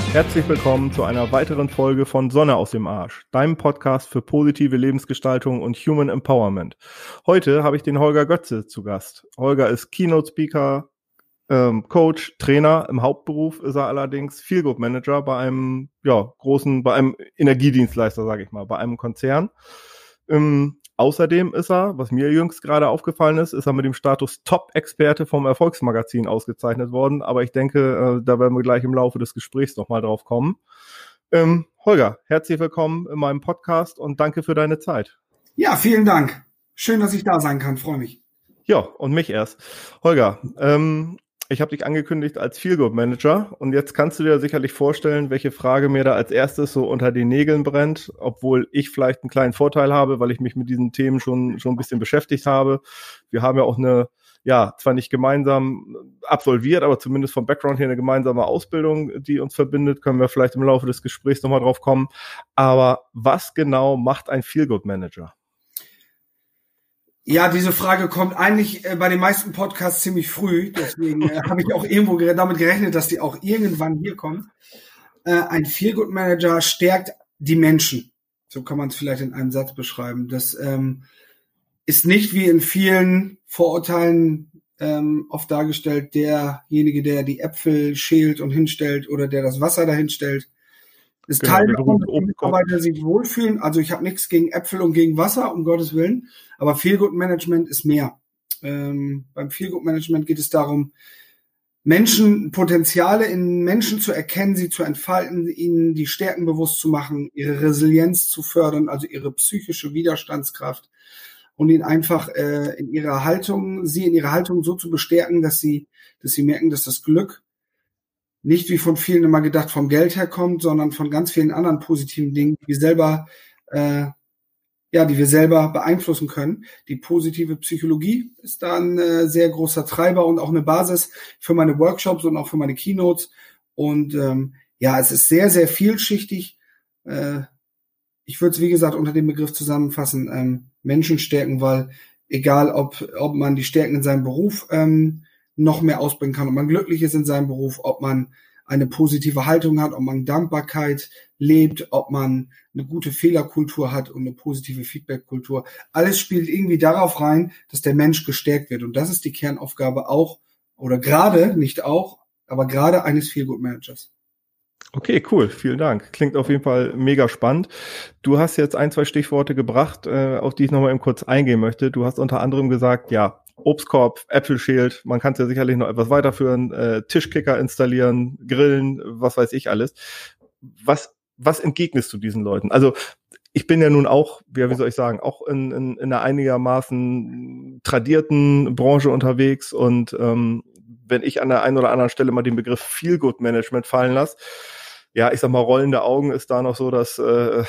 Herzlich willkommen zu einer weiteren Folge von Sonne aus dem Arsch, deinem Podcast für positive Lebensgestaltung und Human Empowerment. Heute habe ich den Holger Götze zu Gast. Holger ist Keynote-Speaker, Coach, Trainer. Im Hauptberuf ist er allerdings Feel-Good-Manager bei einem bei einem Energiedienstleister, sage ich mal, bei einem Konzern. Außerdem ist er, was mir jüngst gerade aufgefallen ist er mit dem Status Top-Experte vom Erfolgsmagazin ausgezeichnet worden. Aber ich denke, da werden wir gleich im Laufe des Gesprächs nochmal drauf kommen. Holger, herzlich willkommen in meinem Podcast und danke für deine Zeit. Ja, vielen Dank. Schön, dass ich da sein kann. Freue mich. Ja, und mich erst. Holger, ich habe dich angekündigt als Feel-Good-Manager und jetzt kannst du dir sicherlich vorstellen, welche Frage mir da als erstes so unter den Nägeln brennt, obwohl ich vielleicht einen kleinen Vorteil habe, weil ich mich mit diesen Themen schon ein bisschen beschäftigt habe. Wir haben ja auch zwar nicht gemeinsam absolviert, aber zumindest vom Background her eine gemeinsame Ausbildung, die uns verbindet, können wir vielleicht im Laufe des Gesprächs nochmal drauf kommen. Aber was genau macht ein Feel-Good-Manager? Ja, diese Frage kommt eigentlich bei den meisten Podcasts ziemlich früh. Deswegen habe ich auch irgendwo damit gerechnet, dass die auch irgendwann hier kommt. Ein Feel-Good-Manager stärkt die Menschen. So kann man es vielleicht in einem Satz beschreiben. Das ist nicht wie in vielen Vorurteilen oft dargestellt, derjenige, der die Äpfel schält und hinstellt oder der das Wasser dahin stellt. Das ist Teil davon, dass die Mitarbeiter sich wohlfühlen. Also ich habe nichts gegen Äpfel und gegen Wasser, um Gottes Willen. Aber Feel-Good-Management ist mehr. Beim Feel-Good-Management geht es darum, Potenziale in Menschen zu erkennen, sie zu entfalten, ihnen die Stärken bewusst zu machen, ihre Resilienz zu fördern, also ihre psychische Widerstandskraft und ihnen einfach in ihrer Haltung so zu bestärken, dass sie merken, dass das Glück nicht wie von vielen immer gedacht vom Geld herkommt, sondern von ganz vielen anderen positiven Dingen, die wir selber beeinflussen können. Die positive Psychologie ist da ein sehr großer Treiber und auch eine Basis für meine Workshops und auch für meine Keynotes. Und es ist sehr, sehr vielschichtig. Ich würde es, wie gesagt, unter dem Begriff zusammenfassen, Menschen stärken, weil egal, ob man die Stärken in seinem Beruf noch mehr ausbringen kann, ob man glücklich ist in seinem Beruf, ob man eine positive Haltung hat, ob man Dankbarkeit lebt, ob man eine gute Fehlerkultur hat und eine positive Feedbackkultur. Alles spielt irgendwie darauf rein, dass der Mensch gestärkt wird. Und das ist die Kernaufgabe gerade eines Feel-Good-Managers. Okay, cool, vielen Dank. Klingt auf jeden Fall mega spannend. Du hast jetzt 1-2 Stichworte gebracht, auf die ich nochmal eben kurz eingehen möchte. Du hast unter anderem gesagt, Obstkorb, Äpfel schält, man kann es ja sicherlich noch etwas weiterführen, Tischkicker installieren, grillen, was weiß ich alles. Was entgegnest du diesen Leuten? Also ich bin ja nun auch, auch in einer einigermaßen tradierten Branche unterwegs und wenn ich an der einen oder anderen Stelle mal den Begriff Feel-Good-Management fallen lasse, rollende Augen ist da noch so, dass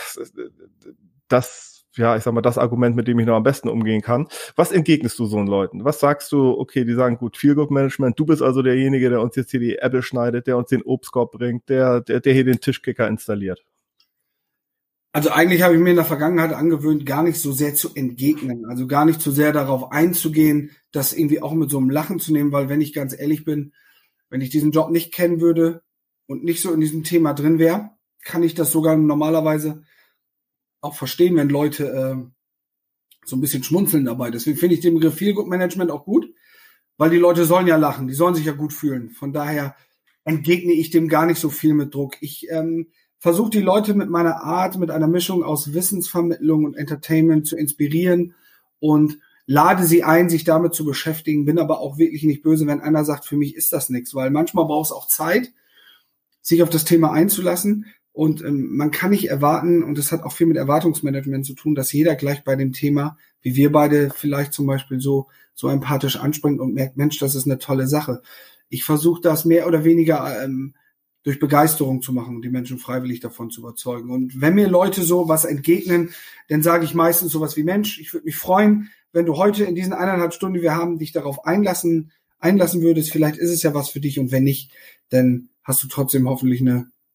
das Argument, mit dem ich noch am besten umgehen kann. Was entgegnest du so einen Leuten? Was sagst du, okay, die sagen, gut, Feel-Good-Management, du bist also derjenige, der uns jetzt hier die Äpfel schneidet, der uns den Obstkorb bringt, der hier den Tischkicker installiert? Also eigentlich habe ich mir in der Vergangenheit angewöhnt, gar nicht so sehr zu entgegnen, also gar nicht so sehr darauf einzugehen, das irgendwie auch mit so einem Lachen zu nehmen, weil wenn ich ganz ehrlich bin, wenn ich diesen Job nicht kennen würde und nicht so in diesem Thema drin wäre, kann ich das sogar normalerweise auch verstehen, wenn Leute so ein bisschen schmunzeln dabei. Deswegen finde ich den Begriff Feel-Good-Management auch gut, weil die Leute sollen ja lachen, die sollen sich ja gut fühlen. Von daher entgegne ich dem gar nicht so viel mit Druck. Ich versuche die Leute mit meiner Art, mit einer Mischung aus Wissensvermittlung und Entertainment zu inspirieren und lade sie ein, sich damit zu beschäftigen, bin aber auch wirklich nicht böse, wenn einer sagt, für mich ist das nichts, weil manchmal braucht es auch Zeit, sich auf das Thema einzulassen. Und man kann nicht erwarten, und das hat auch viel mit Erwartungsmanagement zu tun, dass jeder gleich bei dem Thema, wie wir beide vielleicht zum Beispiel so empathisch anspringt und merkt, Mensch, das ist eine tolle Sache. Ich versuche das mehr oder weniger durch Begeisterung zu machen und die Menschen freiwillig davon zu überzeugen. Und wenn mir Leute so was entgegnen, dann sage ich meistens sowas wie, Mensch, ich würde mich freuen, wenn du heute in diesen 1,5 Stunden, die wir haben, dich darauf einlassen würdest. Vielleicht ist es ja was für dich und wenn nicht, dann hast du trotzdem hoffentlich eine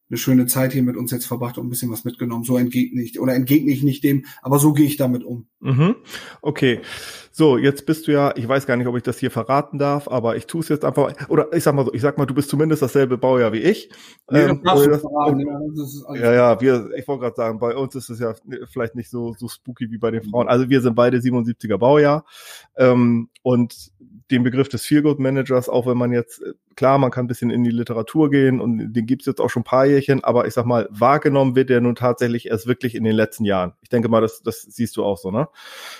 eine schöne Zeit hier mit uns jetzt verbracht und ein bisschen was mitgenommen. So entgegne ich nicht dem, aber so gehe ich damit um. Mhm. Okay. So, jetzt bist du ja, ich weiß gar nicht, ob ich das hier verraten darf, aber ich tue es jetzt einfach, oder ich sag mal so, du bist zumindest dasselbe Baujahr wie ich. Nee, das darfst du verraten, das ist alles ich wollte gerade sagen, bei uns ist es ja vielleicht nicht so spooky wie bei den Frauen. Also wir sind beide 77er Baujahr, und den Begriff des Feel-Good-Managers, auch wenn man jetzt, klar, man kann ein bisschen in die Literatur gehen und den gibt's jetzt auch schon ein paar Jährchen, aber ich sag mal, wahrgenommen wird der nun tatsächlich erst wirklich in den letzten Jahren. Ich denke mal, das siehst du auch so, ne?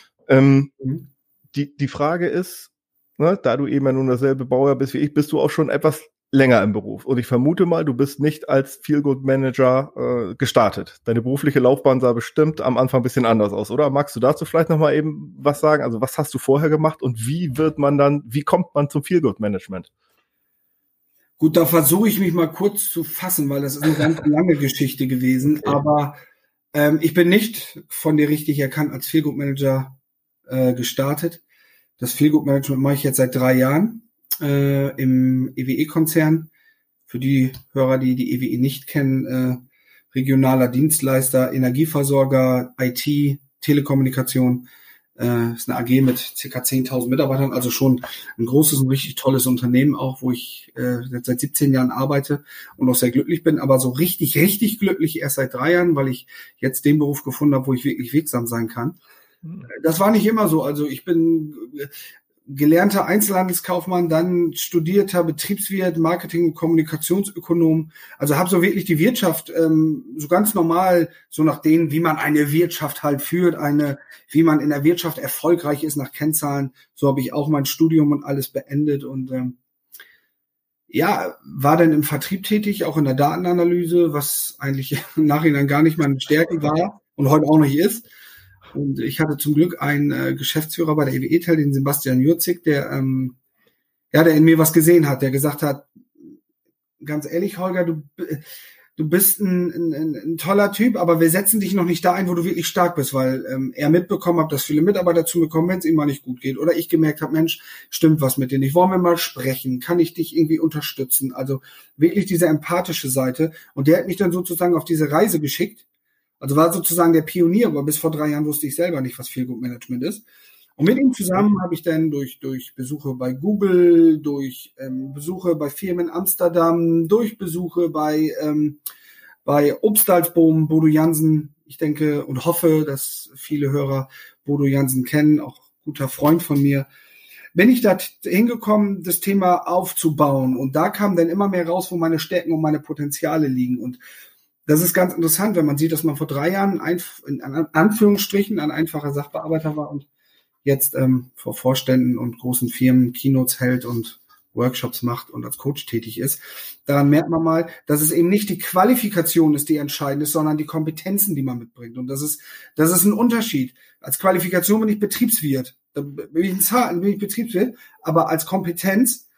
Die Frage ist, ne, da du eben ja nun dasselbe Baujahr bist wie ich, bist du auch schon etwas länger im Beruf. Und ich vermute mal, du bist nicht als Feel-Good-Manager gestartet. Deine berufliche Laufbahn sah bestimmt am Anfang ein bisschen anders aus, oder? Magst du dazu vielleicht nochmal eben was sagen? Also was hast du vorher gemacht und wie kommt man zum Feel-Good-Management? Gut, da versuche ich mich mal kurz zu fassen, weil das ist eine ganz lange Geschichte gewesen. Okay. Aber ich bin nicht von dir richtig erkannt als Feel-Good-Manager gestartet. Das Feel-Good-Management mache ich jetzt seit 3 Jahren im EWE-Konzern. Für die Hörer, die die EWE nicht kennen, regionaler Dienstleister, Energieversorger, IT, Telekommunikation. Ist eine AG mit ca. 10.000 Mitarbeitern, also schon ein großes und richtig tolles Unternehmen auch, wo ich seit 17 Jahren arbeite und auch sehr glücklich bin, aber so richtig glücklich erst seit 3 Jahren, weil ich jetzt den Beruf gefunden habe, wo ich wirklich wirksam sein kann. Das war nicht immer so, also ich bin gelernter Einzelhandelskaufmann, dann studierter Betriebswirt, Marketing- und Kommunikationsökonom. Also habe so wirklich die Wirtschaft so ganz normal, so nach denen, wie man eine Wirtschaft halt führt, wie man in der Wirtschaft erfolgreich ist nach Kennzahlen. So habe ich auch mein Studium und alles beendet und war dann im Vertrieb tätig, auch in der Datenanalyse, was eigentlich im Nachhinein gar nicht meine Stärke war und heute auch nicht ist. Und ich hatte zum Glück einen Geschäftsführer bei der EWE-Tel, den Sebastian Jurzig, der in mir was gesehen hat, der gesagt hat, ganz ehrlich, Holger, du bist ein toller Typ, aber wir setzen dich noch nicht da ein, wo du wirklich stark bist, weil er mitbekommen hat, dass viele Mitarbeiter zu mir kommen, wenn es ihm mal nicht gut geht. Oder ich gemerkt habe, Mensch, stimmt was mit dir nicht. Wollen wir mal sprechen? Kann ich dich irgendwie unterstützen? Also wirklich diese empathische Seite. Und der hat mich dann sozusagen auf diese Reise geschickt. Also war sozusagen der Pionier, aber bis vor 3 Jahren wusste ich selber nicht, was Feel-Good-Management ist. Und mit ihm zusammen habe ich dann durch Besuche bei Google, durch Besuche bei Firmen in Amsterdam, durch Besuche bei Obstalsboom, Bodo Jansen, ich denke und hoffe, dass viele Hörer Bodo Jansen kennen, auch guter Freund von mir, bin ich da hingekommen, das Thema aufzubauen. Und da kam dann immer mehr raus, wo meine Stärken und meine Potenziale liegen. Und das ist ganz interessant, wenn man sieht, dass man vor 3 Jahren in Anführungsstrichen ein einfacher Sachbearbeiter war und jetzt vor Vorständen und großen Firmen Keynotes hält und Workshops macht und als Coach tätig ist. Daran merkt man mal, dass es eben nicht die Qualifikation ist, die entscheidend ist, sondern die Kompetenzen, die man mitbringt. Und das ist ein Unterschied. Als Qualifikation bin ich Betriebswirt. Da bin ich Betriebswirt, aber als Kompetenz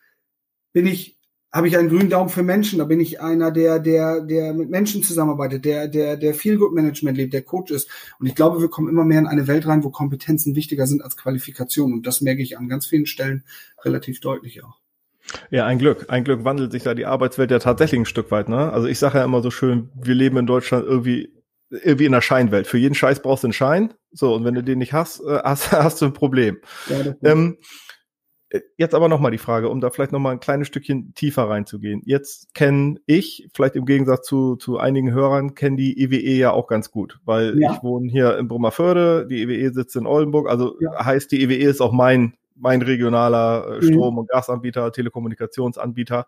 habe ich einen grünen Daumen für Menschen. Da bin ich einer, der mit Menschen zusammenarbeitet, der Feel-Good-Management lebt, der Coach ist. Und ich glaube, wir kommen immer mehr in eine Welt rein, wo Kompetenzen wichtiger sind als Qualifikation. Und das merke ich an ganz vielen Stellen relativ deutlich auch. Ja, ein Glück wandelt sich da die Arbeitswelt ja tatsächlich ein Stück weit, ne? Also ich sage ja immer so schön, wir leben in Deutschland irgendwie in der Scheinwelt. Für jeden Scheiß brauchst du einen Schein. So, und wenn du den nicht hast, hast du ein Problem. Ja, jetzt aber nochmal die Frage, um da vielleicht nochmal ein kleines Stückchen tiefer reinzugehen. Jetzt kenne ich, vielleicht im Gegensatz zu einigen Hörern, kenne die EWE ja auch ganz gut, weil ich wohne hier in Brummerförde, die EWE sitzt in Oldenburg, also heißt, die EWE ist auch mein regionaler Strom- und Gasanbieter, Telekommunikationsanbieter.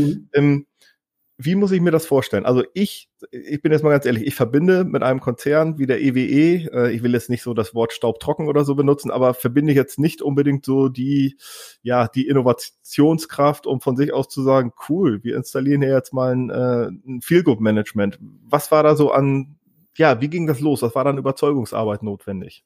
Wie muss ich mir das vorstellen? Also ich bin jetzt mal ganz ehrlich, ich verbinde mit einem Konzern wie der EWE, ich will jetzt nicht so das Wort staubtrocken oder so benutzen, aber verbinde ich jetzt nicht unbedingt so die Innovationskraft, um von sich aus zu sagen, cool, wir installieren hier jetzt mal ein Feel-Good-Management. Was war da so wie ging das los? Was war dann Überzeugungsarbeit notwendig?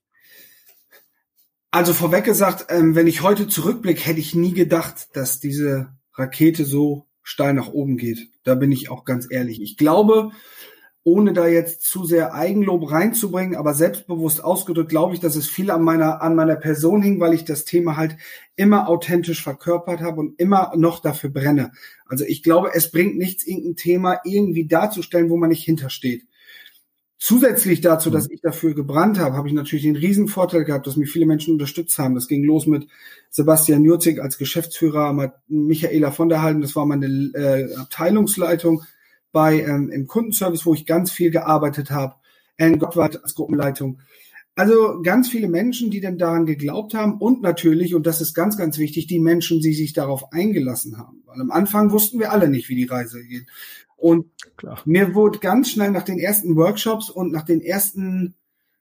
Also vorweg gesagt, wenn ich heute zurückblicke, hätte ich nie gedacht, dass diese Rakete so steil nach oben geht. Da bin ich auch ganz ehrlich. Ich glaube, ohne da jetzt zu sehr Eigenlob reinzubringen, aber selbstbewusst ausgedrückt, glaube ich, dass es viel an meiner Person hing, weil ich das Thema halt immer authentisch verkörpert habe und immer noch dafür brenne. Also ich glaube, es bringt nichts, irgendein Thema irgendwie darzustellen, wo man nicht hintersteht. Zusätzlich dazu, dass ich dafür gebrannt habe, ich natürlich den Riesenvorteil gehabt, dass mich viele Menschen unterstützt haben. Das ging los mit Sebastian Jurzig als Geschäftsführer, mit Michaela von der Halden, das war meine Abteilungsleitung im Kundenservice, wo ich ganz viel gearbeitet habe. Ellen Gottwald als Gruppenleitung. Also ganz viele Menschen, die dann daran geglaubt haben und natürlich, und das ist ganz, ganz wichtig, die Menschen, die sich darauf eingelassen haben. Weil am Anfang wussten wir alle nicht, wie die Reise geht. Und klar, mir wurde ganz schnell nach den ersten Workshops und nach den ersten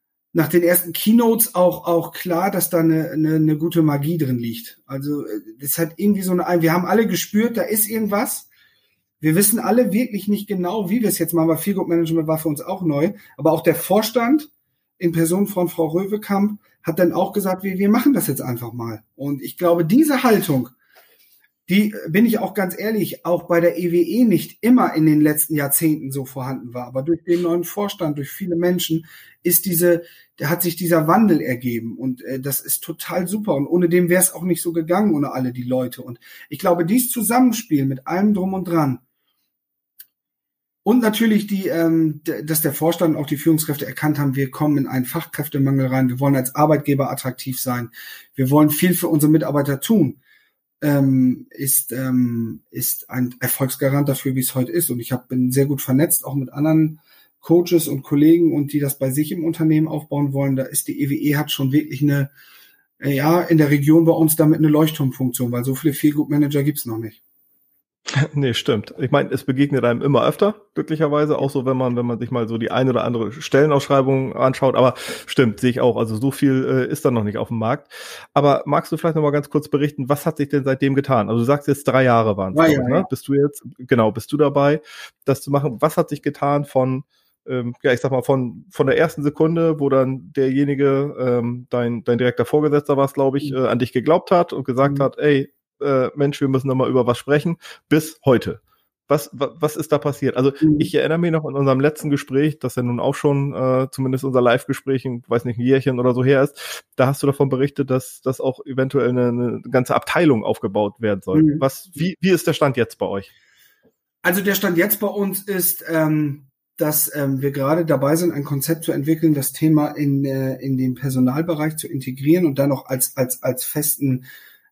Keynotes auch klar, dass da eine gute Magie drin liegt. Also das hat irgendwie wir haben alle gespürt, da ist irgendwas. Wir wissen alle wirklich nicht genau, wie wir es jetzt machen, weil Feel Good Management war für uns auch neu. Aber auch der Vorstand in Person von Frau Röwekamp hat dann auch gesagt, wir machen das jetzt einfach mal. Und ich glaube, diese Haltung, die, bin ich auch ganz ehrlich, auch bei der EWE nicht immer in den letzten Jahrzehnten so vorhanden war. Aber durch den neuen Vorstand, durch viele Menschen hat sich dieser Wandel ergeben. Und das ist total super. Und ohne dem wäre es auch nicht so gegangen, ohne alle die Leute. Und ich glaube, dieses Zusammenspiel mit allem drum und dran und natürlich dass der Vorstand und auch die Führungskräfte erkannt haben, wir kommen in einen Fachkräftemangel rein. Wir wollen als Arbeitgeber attraktiv sein. Wir wollen viel für unsere Mitarbeiter tun. Ist ein Erfolgsgarant dafür, wie es heute ist. Und ich bin sehr gut vernetzt, auch mit anderen Coaches und Kollegen und die das bei sich im Unternehmen aufbauen wollen. Da ist die EWE hat schon wirklich in der Region bei uns damit eine Leuchtturmfunktion, weil so viele Feel-Good-Manager gibt's noch nicht. Nee, stimmt. Ich meine, es begegnet einem immer öfter, glücklicherweise, auch so, wenn man sich mal so die eine oder andere Stellenausschreibung anschaut, aber stimmt, sehe ich auch, also so viel ist da noch nicht auf dem Markt. Aber magst du vielleicht noch mal ganz kurz berichten, was hat sich denn seitdem getan? Also du sagst jetzt 3 Jahre waren es, ne? Bist du dabei, das zu machen? Was hat sich getan von ich sag mal, von der ersten Sekunde, wo dann derjenige, dein direkter Vorgesetzter war es, glaube ich, an dich geglaubt hat und gesagt hat, ey, Mensch, wir müssen noch mal über was sprechen, bis heute. Was ist da passiert? Also ich erinnere mich noch an unserem letzten Gespräch, das ja nun auch schon zumindest unser Live-Gespräch, weiß nicht, ein Jährchen oder so her ist, da hast du davon berichtet, dass das auch eventuell eine ganze Abteilung aufgebaut werden soll. Wie ist der Stand jetzt bei euch? Also der Stand jetzt bei uns ist, dass wir gerade dabei sind, ein Konzept zu entwickeln, das Thema in den Personalbereich zu integrieren und dann noch als festen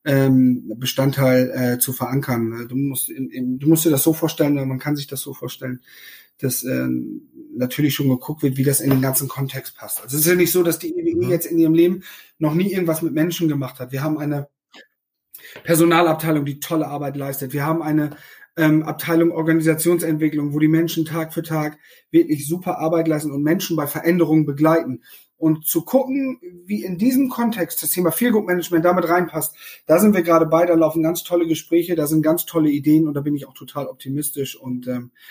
Bestandteil zu verankern. Du musst dir das so vorstellen, man kann sich das so vorstellen, dass natürlich schon geguckt wird, wie das in den ganzen Kontext passt. Also es ist ja nicht so, dass die EWE jetzt in ihrem Leben noch nie irgendwas mit Menschen gemacht hat. Wir haben eine Personalabteilung, die tolle Arbeit leistet. Wir haben eine Abteilung Organisationsentwicklung, wo die Menschen Tag für Tag wirklich super Arbeit leisten und Menschen bei Veränderungen begleiten. Und zu gucken, wie in diesem Kontext das Thema Feel-Good-Management damit reinpasst, da sind wir gerade bei, da laufen ganz tolle Gespräche, da sind ganz tolle Ideen und da bin ich auch total optimistisch. Und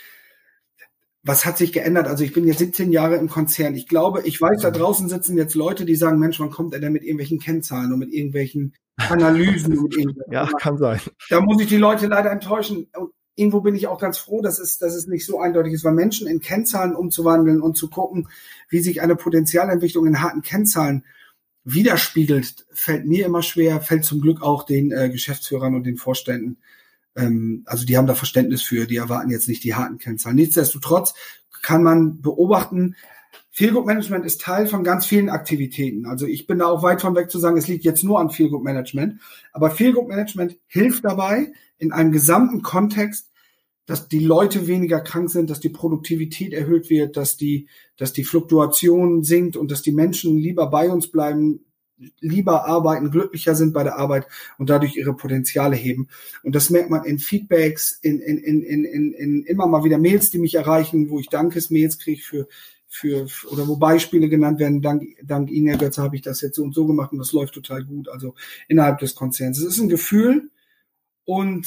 was hat sich geändert? Also ich bin jetzt 17 Jahre im Konzern. Ich glaube, ich weiß, da draußen sitzen jetzt Leute, die sagen, Mensch, wann kommt er denn mit irgendwelchen Kennzahlen und mit irgendwelchen Analysen? Ja, kann sein. Da muss ich die Leute leider enttäuschen. Und irgendwo bin ich auch ganz froh, dass es nicht so eindeutig ist, weil Menschen in Kennzahlen umzuwandeln und zu gucken, wie sich eine Potenzialentwicklung in harten Kennzahlen widerspiegelt, fällt mir immer schwer, fällt zum Glück auch den Geschäftsführern und den Vorständen. Also die haben da Verständnis für, die erwarten jetzt nicht die harten Kennzahlen. Nichtsdestotrotz kann man beobachten, Feel-Good-Management ist Teil von ganz vielen Aktivitäten. Also ich bin da auch weit von weg zu sagen, es liegt jetzt nur an Feel-Good-Management. Aber Feel-Good-Management hilft dabei, in einem gesamten Kontext, dass die Leute weniger krank sind, dass die Produktivität erhöht wird, dass die Fluktuation sinkt und dass die Menschen lieber bei uns bleiben, lieber arbeiten, glücklicher sind bei der Arbeit und dadurch ihre Potenziale heben. Und das merkt man in Feedbacks, in immer mal wieder Mails, die mich erreichen, wo ich Dankesmails kriege für oder wo Beispiele genannt werden, dank Ihnen, Herr Götze, habe ich das jetzt so und so gemacht und das läuft total gut, also innerhalb des Konzerns. Es ist ein Gefühl und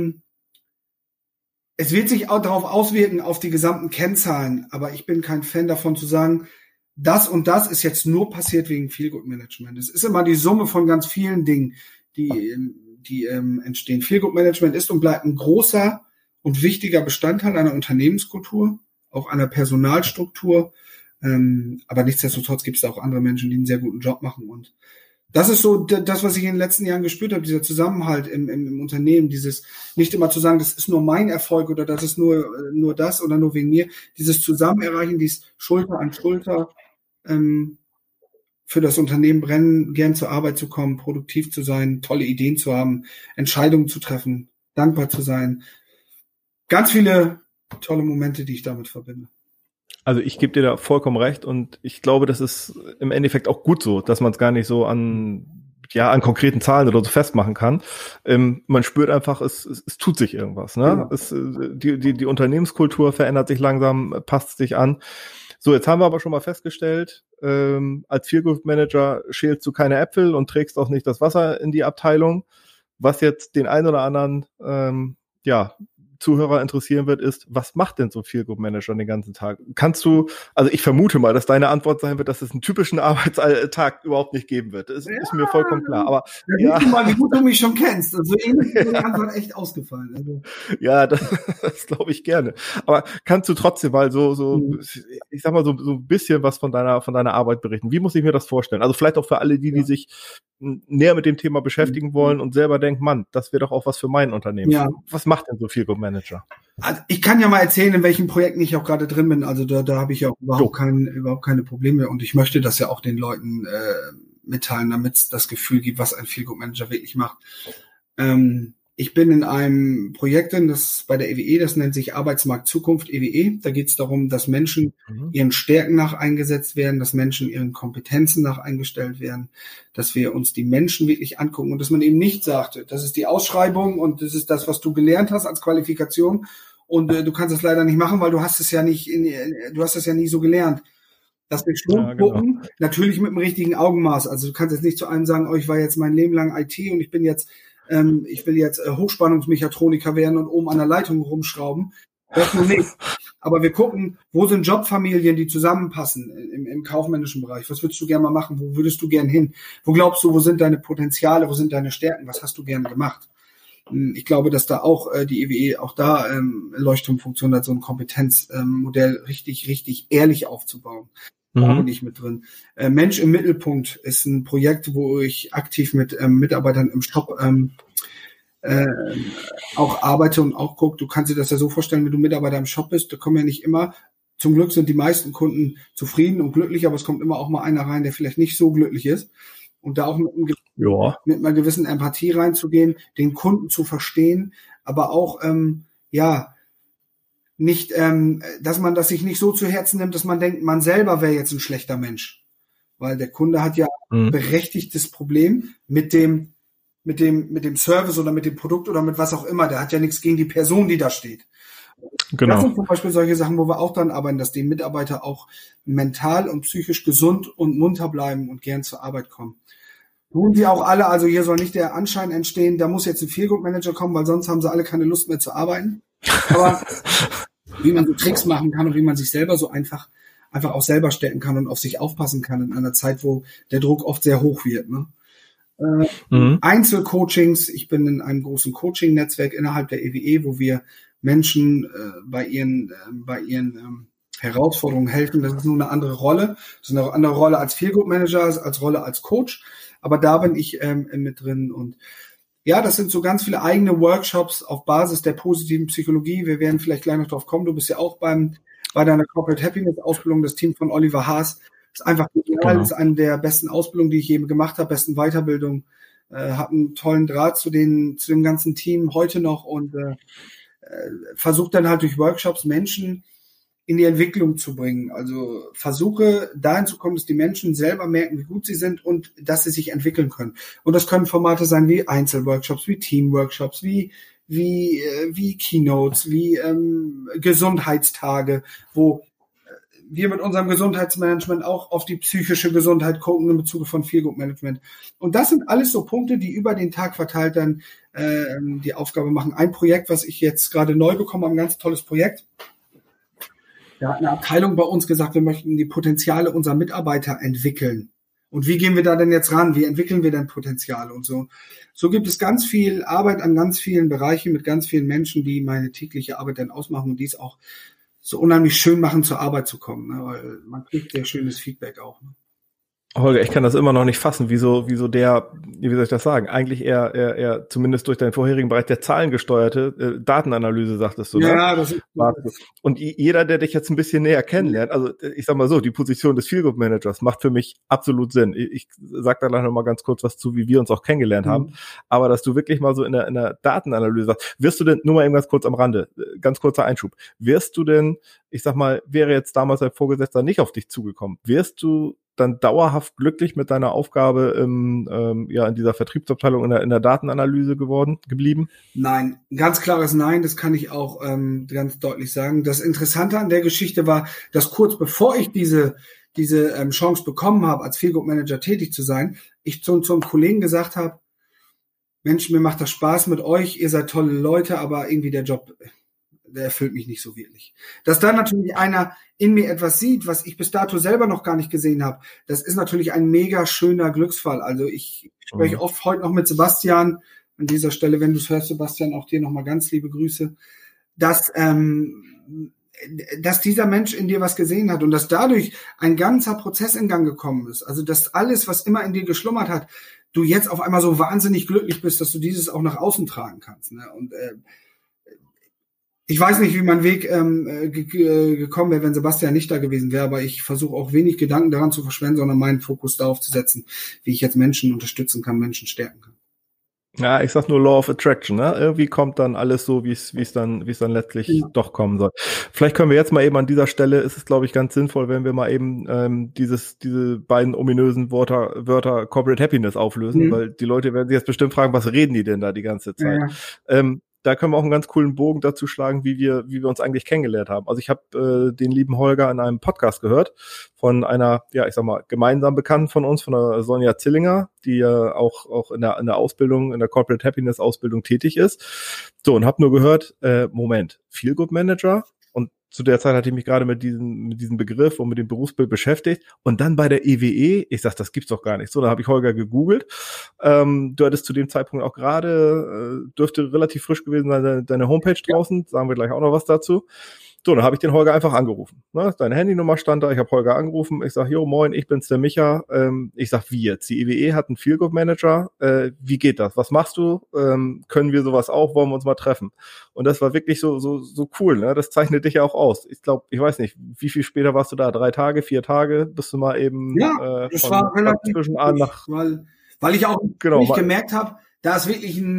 es wird sich auch darauf auswirken, auf die gesamten Kennzahlen, aber ich bin kein Fan davon zu sagen, das und das ist jetzt nur passiert wegen Feel-Good-Management. Es ist immer die Summe von ganz vielen Dingen, die entstehen. Feel-Good-Management ist und bleibt ein großer und wichtiger Bestandteil einer Unternehmenskultur, auch an der Personalstruktur. Aber nichtsdestotrotz gibt es da auch andere Menschen, die einen sehr guten Job machen. Und das ist so das, was ich in den letzten Jahren gespürt habe, dieser Zusammenhalt im Unternehmen, dieses nicht immer zu sagen, das ist nur mein Erfolg oder das ist nur das oder nur wegen mir, dieses Zusammenerreichen, dieses Schulter an Schulter, für das Unternehmen brennen, gern zur Arbeit zu kommen, produktiv zu sein, tolle Ideen zu haben, Entscheidungen zu treffen, dankbar zu sein. Ganz viele tolle Momente, die ich damit verbinde. Also ich gebe dir da vollkommen recht und ich glaube, das ist im Endeffekt auch gut so, dass man es gar nicht so an konkreten Zahlen oder so festmachen kann. Man spürt einfach, es tut sich irgendwas. Ne? Ja. Die Unternehmenskultur verändert sich langsam, passt sich an. So, jetzt haben wir aber schon mal festgestellt, als Feel-Good-Manager schälst du keine Äpfel und trägst auch nicht das Wasser in die Abteilung. Was jetzt den einen oder anderen Zuhörer interessieren wird, ist, was macht denn so ein Feel-Good-Manager den ganzen Tag? Kannst du, also ich vermute mal, dass deine Antwort sein wird, dass es einen typischen Arbeitstag überhaupt nicht geben wird. Das ist mir vollkommen klar. Aber wie gut du mich schon kennst. Also ähnlich ist die Antwort echt ausgefallen. Also. Ja, das glaube ich gerne. Aber kannst du trotzdem mal ich sag mal so ein bisschen was von deiner Arbeit berichten? Wie muss ich mir das vorstellen? Also vielleicht auch für alle, die sich näher mit dem Thema beschäftigen wollen und selber denken, Mann, das wäre doch auch was für mein Unternehmen. Ja. Was macht denn so Feel-Good Manager? Also ich kann ja mal erzählen, in welchen Projekten ich auch gerade drin bin. Also da habe ich ja auch überhaupt keine Probleme und ich möchte das ja auch den Leuten mitteilen, damit es das Gefühl gibt, was ein Feel-Good Manager wirklich macht. Ich bin in einem Projekt drin, das bei der EWE, das nennt sich Arbeitsmarkt Zukunft EWE. Da geht es darum, dass Menschen ihren Stärken nach eingesetzt werden, dass Menschen ihren Kompetenzen nach eingestellt werden, dass wir uns die Menschen wirklich angucken und dass man eben nicht sagt, das ist die Ausschreibung und das ist das, was du gelernt hast als Qualifikation und du kannst es leider nicht machen, weil du hast es ja nicht so gelernt. Dass wir schon gucken, natürlich mit dem richtigen Augenmaß. Also du kannst jetzt nicht zu einem sagen, ich war jetzt mein Leben lang IT und ich will jetzt Hochspannungsmechatroniker werden und oben an der Leitung rumschrauben. Das nur nicht. Aber wir gucken, wo sind Jobfamilien, die zusammenpassen im kaufmännischen Bereich. Was würdest du gerne mal machen? Wo würdest du gern hin? Wo glaubst du, wo sind deine Potenziale? Wo sind deine Stärken? Was hast du gerne gemacht? Ich glaube, dass da auch die EWE auch da Leuchtturmfunktion hat, so ein Kompetenzmodell richtig ehrlich aufzubauen. Da bin ich mit drin. Mensch im Mittelpunkt ist ein Projekt, wo ich aktiv mit Mitarbeitern im Shop auch arbeite und auch gucke. Du kannst dir das ja so vorstellen, wenn du Mitarbeiter im Shop bist, da kommen ja nicht immer, zum Glück sind die meisten Kunden zufrieden und glücklich, aber es kommt immer auch mal einer rein, der vielleicht nicht so glücklich ist. Und da auch mit einer gewissen Empathie reinzugehen, den Kunden zu verstehen, aber auch, nicht, dass man das sich nicht so zu Herzen nimmt, dass man denkt, man selber wäre jetzt ein schlechter Mensch. Weil der Kunde hat ja berechtigtes Problem mit dem Service oder mit dem Produkt oder mit was auch immer. Der hat ja nichts gegen die Person, die da steht. Genau. Das sind zum Beispiel solche Sachen, wo wir auch dran arbeiten, dass die Mitarbeiter auch mental und psychisch gesund und munter bleiben und gern zur Arbeit kommen. Tun sie auch alle, also hier soll nicht der Anschein entstehen, da muss jetzt ein Feel-Good-Manager kommen, weil sonst haben sie alle keine Lust mehr zu arbeiten. Aber wie man so Tricks machen kann und wie man sich selber so einfach auch selber stellen kann und auf sich aufpassen kann in einer Zeit, wo der Druck oft sehr hoch wird. Ne? Einzelcoachings, ich bin in einem großen Coaching-Netzwerk innerhalb der EWE, wo wir Menschen bei ihren Herausforderungen helfen. Das ist nur eine andere Rolle. Das ist eine andere Rolle als Feel-Good-Manager, als Rolle als Coach. Aber da bin ich mit drin und ja, das sind so ganz viele eigene Workshops auf Basis der positiven Psychologie. Wir werden vielleicht gleich noch drauf kommen. Du bist ja auch bei deiner Corporate Happiness Ausbildung, das Team von Oliver Haas. Ist einfach genial, ist eine der besten Ausbildungen, die ich je gemacht habe, besten Weiterbildung. Habe einen tollen Draht zu dem ganzen Team heute noch und versuche dann halt durch Workshops Menschen in die Entwicklung zu bringen. Also versuche dahin zu kommen, dass die Menschen selber merken, wie gut sie sind und dass sie sich entwickeln können. Und das können Formate sein wie Einzelworkshops, wie Teamworkshops, wie Keynotes, wie Gesundheitstage, wo wir mit unserem Gesundheitsmanagement auch auf die psychische Gesundheit gucken in Bezug von Feel-Good-Management. Und das sind alles so Punkte, die über den Tag verteilt dann die Aufgabe machen. Ein Projekt, was ich jetzt gerade neu bekomme, ein ganz tolles Projekt. Da hat eine Abteilung bei uns gesagt, wir möchten die Potenziale unserer Mitarbeiter entwickeln. Und wie gehen wir da denn jetzt ran? Wie entwickeln wir denn Potenziale und so? So gibt es ganz viel Arbeit an ganz vielen Bereichen mit ganz vielen Menschen, die meine tägliche Arbeit dann ausmachen und die ist auch so unheimlich schön machen, zur Arbeit zu kommen, ne? Weil man kriegt sehr schönes Feedback auch. Ne? Holger, ich kann das immer noch nicht fassen, wieso der, wie soll ich das sagen, eigentlich eher zumindest durch deinen vorherigen Bereich der zahlengesteuerte Datenanalyse, sagtest du, ne? Ja, das ist und jeder, der dich jetzt ein bisschen näher kennenlernt, also ich sag mal so, die Position des Feel Good Managers macht für mich absolut Sinn. Ich sag da gleich noch mal ganz kurz was zu, wie wir uns auch kennengelernt haben, aber dass du wirklich mal so in der Datenanalyse sagst, wirst du denn, nur mal eben ganz kurz am Rande, ganz kurzer Einschub, wirst du denn, ich sag mal, wäre jetzt damals dein Vorgesetzter nicht auf dich zugekommen, wirst du dann dauerhaft glücklich mit deiner Aufgabe in dieser Vertriebsabteilung in der Datenanalyse geblieben? Nein, ganz klares Nein, das kann ich auch ganz deutlich sagen. Das Interessante an der Geschichte war, dass kurz bevor ich diese Chance bekommen habe, als Feel Good Manager tätig zu sein, ich zum Kollegen gesagt habe, Mensch, mir macht das Spaß mit euch, ihr seid tolle Leute, aber irgendwie der Job, der erfüllt mich nicht so wirklich. Dass dann natürlich einer in mir etwas sieht, was ich bis dato selber noch gar nicht gesehen habe, das ist natürlich ein mega schöner Glücksfall. Also ich spreche oft heute noch mit Sebastian, an dieser Stelle, wenn du es hörst, Sebastian, auch dir nochmal ganz liebe Grüße, dass dieser Mensch in dir was gesehen hat und dass dadurch ein ganzer Prozess in Gang gekommen ist. Also dass alles, was immer in dir geschlummert hat, du jetzt auf einmal so wahnsinnig glücklich bist, dass du dieses auch nach außen tragen kannst. Ne? Und ich weiß nicht, wie mein Weg gekommen wäre, wenn Sebastian nicht da gewesen wäre, aber ich versuche auch wenig Gedanken daran zu verschwenden, sondern meinen Fokus darauf zu setzen, wie ich jetzt Menschen unterstützen kann, Menschen stärken kann. Ja, ich sag nur Law of Attraction, ne? Irgendwie kommt dann alles so, wie es dann letztlich doch kommen soll. Vielleicht können wir jetzt mal eben an dieser Stelle, ist es glaube ich ganz sinnvoll, wenn wir mal eben diese beiden ominösen Wörter Corporate Happiness auflösen, weil die Leute werden sich jetzt bestimmt fragen, was reden die denn da die ganze Zeit? Ja. Da können wir auch einen ganz coolen Bogen dazu schlagen, wie wir uns eigentlich kennengelernt haben. Also ich habe den lieben Holger in einem Podcast gehört von einer, ja, ich sag mal, gemeinsam Bekannten von uns, von der Sonja Zillinger, die ja auch in der Ausbildung, in der Corporate Happiness Ausbildung tätig ist. So, und habe nur gehört, Moment, Feel Good Manager? Und zu der Zeit hatte ich mich gerade mit diesem Begriff und mit dem Berufsbild beschäftigt. Und dann bei der EWE, ich sag, das gibt's doch gar nicht. So, da habe ich Holger gegoogelt. Du hattest zu dem Zeitpunkt auch gerade, dürfte relativ frisch gewesen sein, deine Homepage draußen. Sagen wir gleich auch noch was dazu. So, dann habe ich den Holger einfach angerufen. Ne? Deine Handynummer stand da, ich habe Holger angerufen. Ich sag, jo, moin, ich bin's, der Micha. Ich sag, wie jetzt? Die EWE hat einen Feel Good Manager. Wie geht das? Was machst du? Können wir sowas auch? Wollen wir uns mal treffen? Und das war wirklich so cool. Ne? Das zeichnet dich ja auch aus. Ich glaube, ich weiß nicht, wie viel später warst du da? 3 Tage, 4 Tage? Bist du mal eben das war relativ zwischen an nach... Weil ich auch nicht gemerkt habe, da ist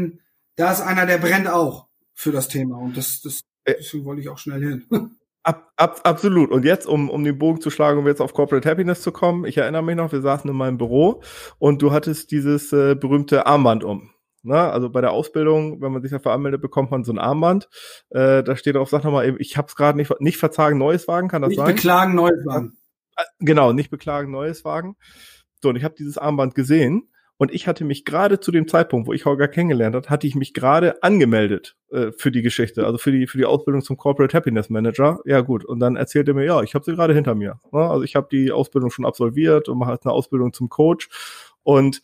einer, der brennt auch für das Thema. Und deswegen wollte ich auch schnell hin. Absolut. Und jetzt, um den Bogen zu schlagen, um jetzt auf Corporate Happiness zu kommen, ich erinnere mich noch, wir saßen in meinem Büro und du hattest dieses berühmte Armband um. Na, also bei der Ausbildung, wenn man sich dafür anmeldet, bekommt man so ein Armband. Da steht drauf, sag nochmal eben, ich habe es gerade nicht verzagen, neues Wagen, kann das sein? Nicht beklagen, neues Wagen. Genau, nicht beklagen, neues Wagen. So, und ich habe dieses Armband gesehen. Und ich hatte mich gerade zu dem Zeitpunkt, wo ich Holger kennengelernt habe, hatte ich mich gerade angemeldet für die Geschichte, also für die Ausbildung zum Corporate Happiness Manager. Ja gut, und dann erzählt er mir, ja, ich habe sie gerade hinter mir. Ne? Also ich habe die Ausbildung schon absolviert und mache jetzt eine Ausbildung zum Coach. Und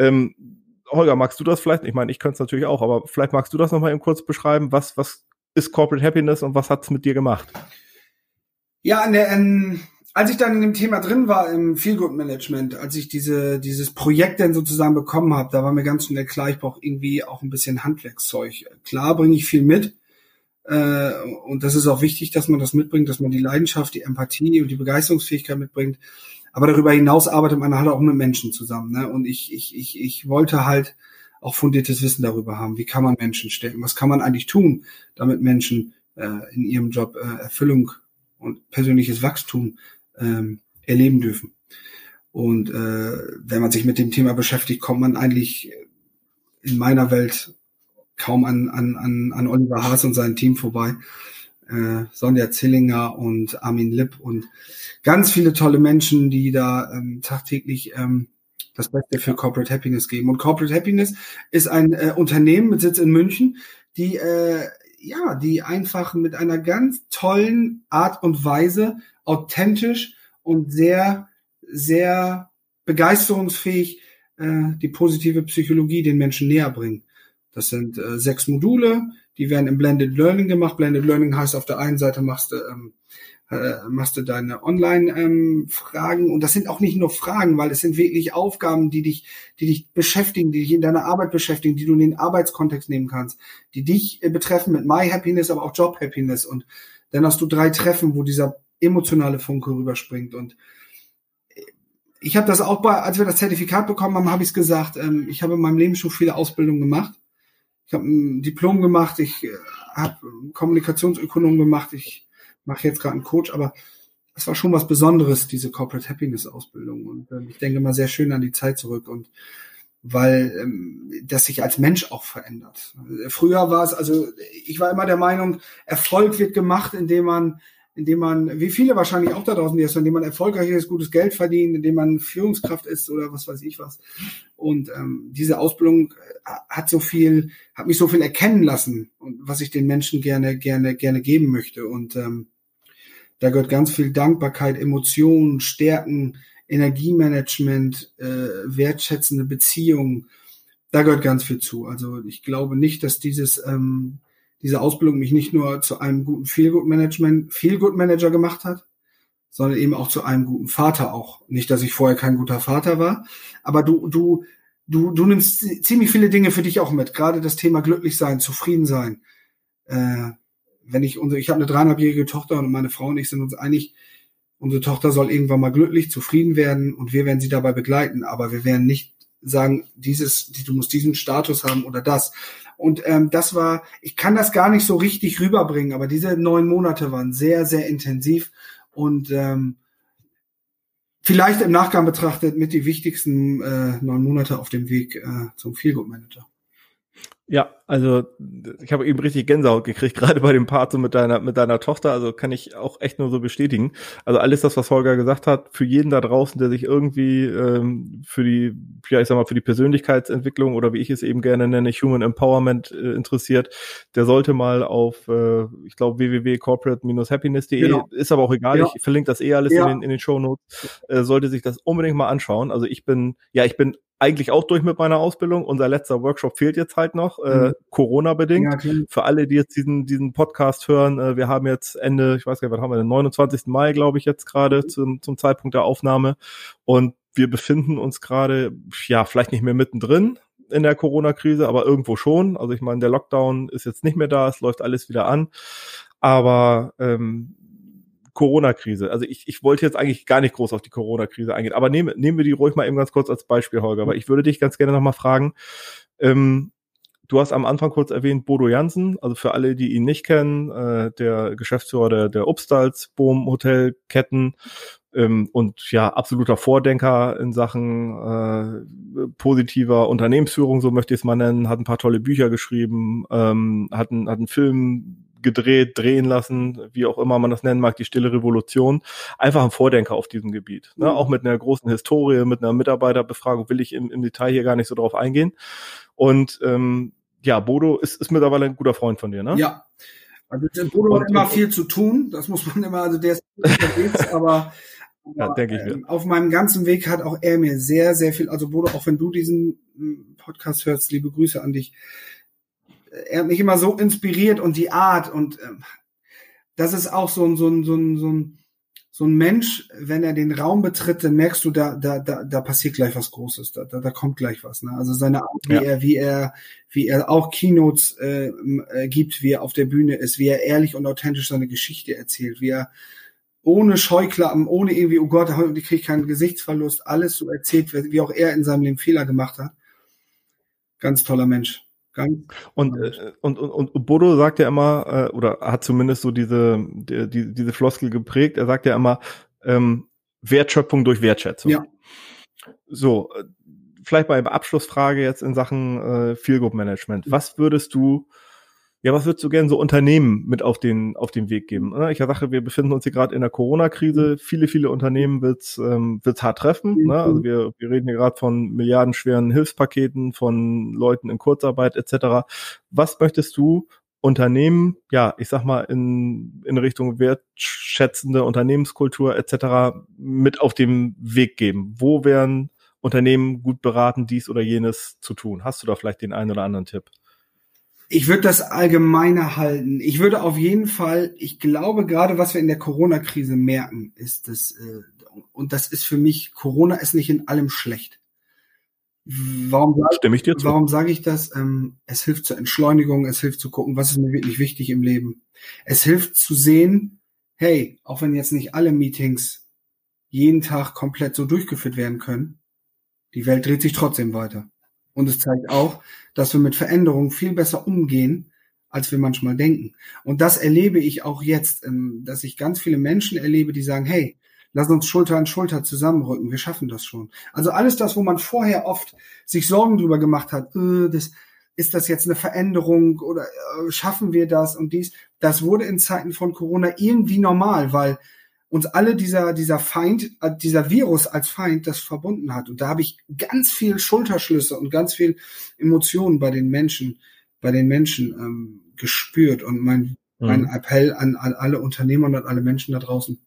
Holger, magst du das vielleicht? Ich meine, ich könnte es natürlich auch, aber vielleicht magst du das nochmal eben kurz beschreiben. Was ist Corporate Happiness und was hat es mit dir gemacht? Ja, als ich dann in dem Thema drin war im Feel Good Management, als ich dieses Projekt dann sozusagen bekommen habe, da war mir ganz schnell klar, ich brauche irgendwie auch ein bisschen Handwerkszeug. Klar bringe ich viel mit und das ist auch wichtig, dass man das mitbringt, dass man die Leidenschaft, die Empathie und die Begeisterungsfähigkeit mitbringt. Aber darüber hinaus arbeitet man halt auch mit Menschen zusammen. Ne? Und ich wollte halt auch fundiertes Wissen darüber haben, wie kann man Menschen stärken, was kann man eigentlich tun, damit Menschen in ihrem Job Erfüllung und persönliches Wachstum erleben dürfen. Und wenn man sich mit dem Thema beschäftigt, kommt man eigentlich in meiner Welt kaum an Oliver Haas und sein Team vorbei. Sonja Zillinger und Armin Lipp und ganz viele tolle Menschen, die da tagtäglich das Beste für Corporate Happiness geben. Und Corporate Happiness ist ein Unternehmen mit Sitz in München, die einfach mit einer ganz tollen Art und Weise authentisch und sehr, sehr begeisterungsfähig die positive Psychologie den Menschen näher bringen. Das sind 6 Module, Die werden im Blended Learning gemacht. Blended Learning heißt, auf der einen Seite machst du deine Online-Fragen. Und das sind auch nicht nur Fragen, weil es sind wirklich Aufgaben, die dich beschäftigen, die dich in deiner Arbeit beschäftigen, die du in den Arbeitskontext nehmen kannst, die dich betreffen mit My Happiness, aber auch Job Happiness. Und dann hast du 3 Treffen, wo dieser emotionale Funke rüberspringt. Und ich habe das auch als wir das Zertifikat bekommen haben, habe ich es gesagt, ich habe in meinem Leben schon viele Ausbildungen gemacht. Ich habe ein Diplom gemacht, ich habe Kommunikationsökonom gemacht, ich mache jetzt gerade einen Coach, aber es war schon was Besonderes, diese Corporate Happiness Ausbildung. Und ich denke mal sehr schön an die Zeit zurück, und weil das sich als Mensch auch verändert. Früher war es, also ich war immer der Meinung, Erfolg wird gemacht, indem man, wie viele wahrscheinlich auch da draußen ist, indem man erfolgreich ist, gutes Geld verdient, indem man Führungskraft ist oder was weiß ich was. Und diese Ausbildung hat mich so viel erkennen lassen, und was ich den Menschen gerne geben möchte. Und da gehört ganz viel Dankbarkeit, Emotionen, Stärken, Energiemanagement, wertschätzende Beziehungen. Da gehört ganz viel zu. Also ich glaube nicht, dass diese Ausbildung mich nicht nur zu einem guten Feel-Good-Manager gemacht hat, sondern eben auch zu einem guten Vater auch. Nicht, dass ich vorher kein guter Vater war, aber du nimmst ziemlich viele Dinge für dich auch mit. Gerade das Thema glücklich sein, zufrieden sein. Ich habe eine 3,5-jährige Tochter, und meine Frau und ich sind uns einig, unsere Tochter soll irgendwann mal glücklich, zufrieden werden, und wir werden sie dabei begleiten. Aber wir werden nicht sagen, du musst diesen Status haben oder das. Und ich kann das gar nicht so richtig rüberbringen, aber diese 9 Monate waren sehr, sehr intensiv und vielleicht im Nachgang betrachtet mit die wichtigsten 9 Monate auf dem Weg zum Feel-Good-Manager. Ja, also ich habe eben richtig Gänsehaut gekriegt, gerade bei dem Part so mit deiner Tochter, also kann ich auch echt nur so bestätigen. Also alles das, was Holger gesagt hat, für jeden da draußen, der sich irgendwie für die Persönlichkeitsentwicklung oder wie ich es eben gerne nenne, Human Empowerment interessiert, der sollte mal auf, ich glaube, www.corporate-happiness.de, genau. Ist aber auch egal, ja. Ich verlinke das alles in den Shownotes, sollte sich das unbedingt mal anschauen. Also ich bin eigentlich auch durch mit meiner Ausbildung. Unser letzter Workshop fehlt jetzt halt noch, Corona-bedingt. Ja, okay. Für alle, die jetzt diesen Podcast hören, wir haben jetzt Ende, ich weiß gar nicht, was haben wir denn, 29. Mai, glaube ich, jetzt gerade zum Zeitpunkt der Aufnahme. Und wir befinden uns gerade, vielleicht nicht mehr mittendrin in der Corona-Krise, aber irgendwo schon. Also ich meine, der Lockdown ist jetzt nicht mehr da, es läuft alles wieder an. Aber Corona-Krise. Also ich wollte jetzt eigentlich gar nicht groß auf die Corona-Krise eingehen, aber nehmen wir die ruhig mal eben ganz kurz als Beispiel, Holger, weil ich würde dich ganz gerne nochmal fragen, du hast am Anfang kurz erwähnt Bodo Jansen, also für alle, die ihn nicht kennen, der Geschäftsführer der Upstalls Boom Hotelketten und absoluter Vordenker in Sachen positiver Unternehmensführung, so möchte ich es mal nennen, hat ein paar tolle Bücher geschrieben, hat einen Film drehen lassen, wie auch immer man das nennen mag, die Stille Revolution. Einfach ein Vordenker auf diesem Gebiet. Ne? Auch mit einer großen Historie, mit einer Mitarbeiterbefragung will ich im Detail hier gar nicht so drauf eingehen. Und Bodo ist mittlerweile ein guter Freund von dir, ne? Ja, also mit Bodo hat immer viel zu tun. Das muss man immer, also der ist unterwegs, aber denke ich mir. Auf meinem ganzen Weg hat auch er mir sehr, sehr viel, also Bodo, auch wenn du diesen Podcast hörst, liebe Grüße an dich, er hat mich immer so inspiriert, und die Art, und das ist auch so ein Mensch, wenn er den Raum betritt, dann merkst du, da passiert gleich was Großes, da kommt gleich was, ne? Also seine Art, wie er auch Keynotes gibt, wie er auf der Bühne ist, wie er ehrlich und authentisch seine Geschichte erzählt, wie er ohne Scheuklappen, ohne irgendwie, oh Gott, ich kriege keinen Gesichtsverlust, alles so erzählt, wie auch er in seinem Leben Fehler gemacht hat. Ganz toller Mensch. Und Bodo sagt ja immer, oder hat zumindest so diese Floskel geprägt, er sagt ja immer, Wertschöpfung durch Wertschätzung. Ja. So, vielleicht mal eine Abschlussfrage jetzt in Sachen Feel-Good-Management. Was würdest du gerne so Unternehmen mit auf den Weg geben? Ich sage, wir befinden uns hier gerade in der Corona-Krise. Viele Unternehmen wird's hart treffen. Ne? Also wir reden hier gerade von milliardenschweren Hilfspaketen, von Leuten in Kurzarbeit etc. Was möchtest du Unternehmen, ich sag mal, in Richtung wertschätzende Unternehmenskultur etc. mit auf den Weg geben? Wo wären Unternehmen gut beraten, dies oder jenes zu tun? Hast du da vielleicht den einen oder anderen Tipp? Ich würde das allgemeiner halten. Ich würde auf jeden Fall, ich glaube, gerade was wir in der Corona-Krise merken, ist das, und das ist für mich, Corona ist nicht in allem schlecht. Stimme ich dir zu. Warum sage ich das? Es hilft zur Entschleunigung, es hilft zu gucken, was ist mir wirklich wichtig im Leben. Es hilft zu sehen, hey, auch wenn jetzt nicht alle Meetings jeden Tag komplett so durchgeführt werden können, die Welt dreht sich trotzdem weiter. Und es zeigt auch, dass wir mit Veränderungen viel besser umgehen, als wir manchmal denken. Und das erlebe ich auch jetzt, dass ich ganz viele Menschen erlebe, die sagen, hey, lass uns Schulter an Schulter zusammenrücken, wir schaffen das schon. Also alles das, wo man vorher oft sich Sorgen drüber gemacht hat, ist das jetzt eine Veränderung oder schaffen wir das und dies, das wurde in Zeiten von Corona irgendwie normal, weil uns alle dieser Feind, dieser Virus als Feind, das verbunden hat. Und da habe ich ganz viel Schulterschlüsse und ganz viel Emotionen bei den Menschen gespürt. Und mein Appell an alle Unternehmer und an alle Menschen da draußen: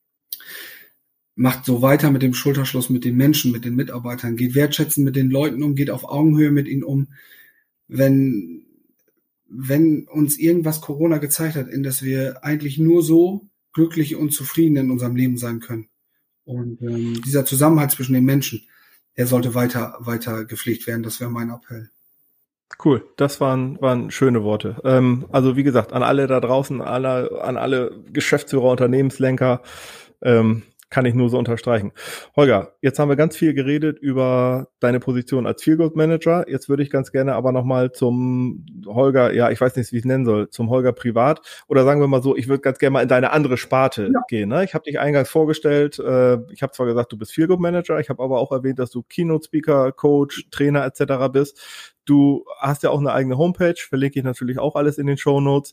Macht so weiter mit dem Schulterschluss mit den Menschen, mit den Mitarbeitern, geht wertschätzend mit den Leuten um, geht auf Augenhöhe mit ihnen um. Wenn uns irgendwas Corona gezeigt hat, in dass wir eigentlich nur so glücklich und zufrieden in unserem Leben sein können. Und dieser Zusammenhalt zwischen den Menschen, der sollte weiter gepflegt werden. Das wäre mein Appell. Cool, das waren schöne Worte. Also wie gesagt, an alle da draußen, an alle Geschäftsführer, Unternehmenslenker, kann ich nur so unterstreichen. Holger, jetzt haben wir ganz viel geredet über deine Position als Feel-Good-Manager. Jetzt würde ich ganz gerne aber nochmal zum Holger, ja, ich weiß nicht, wie ich es nennen soll, zum Holger privat. Oder sagen wir mal so, ich würde ganz gerne mal in deine andere Sparte gehen. Ne? Ich habe dich eingangs vorgestellt, ich habe zwar gesagt, du bist Feel-Good-Manager, ich habe aber auch erwähnt, dass du Keynote-Speaker, Coach, Trainer etc. bist. Du hast ja auch eine eigene Homepage, verlinke ich natürlich auch alles in den Shownotes.